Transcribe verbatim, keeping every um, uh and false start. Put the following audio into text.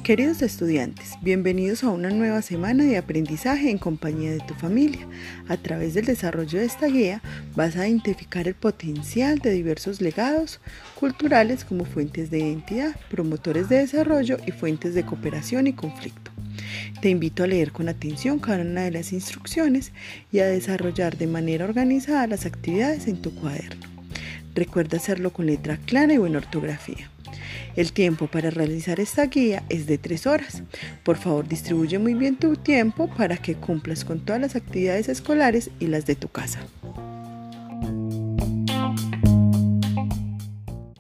Queridos estudiantes, bienvenidos a una nueva semana de aprendizaje en compañía de tu familia. A través del desarrollo de esta guía vas a identificar el potencial de diversos legados culturales como fuentes de identidad, promotores de desarrollo y fuentes de cooperación y conflicto. Te invito a leer con atención cada una de las instrucciones y a desarrollar de manera organizada las actividades en tu cuaderno. Recuerda hacerlo con letra clara y buena ortografía. El tiempo para realizar esta guía es de tres horas. Por favor, distribuye muy bien tu tiempo para que cumplas con todas las actividades escolares y las de tu casa.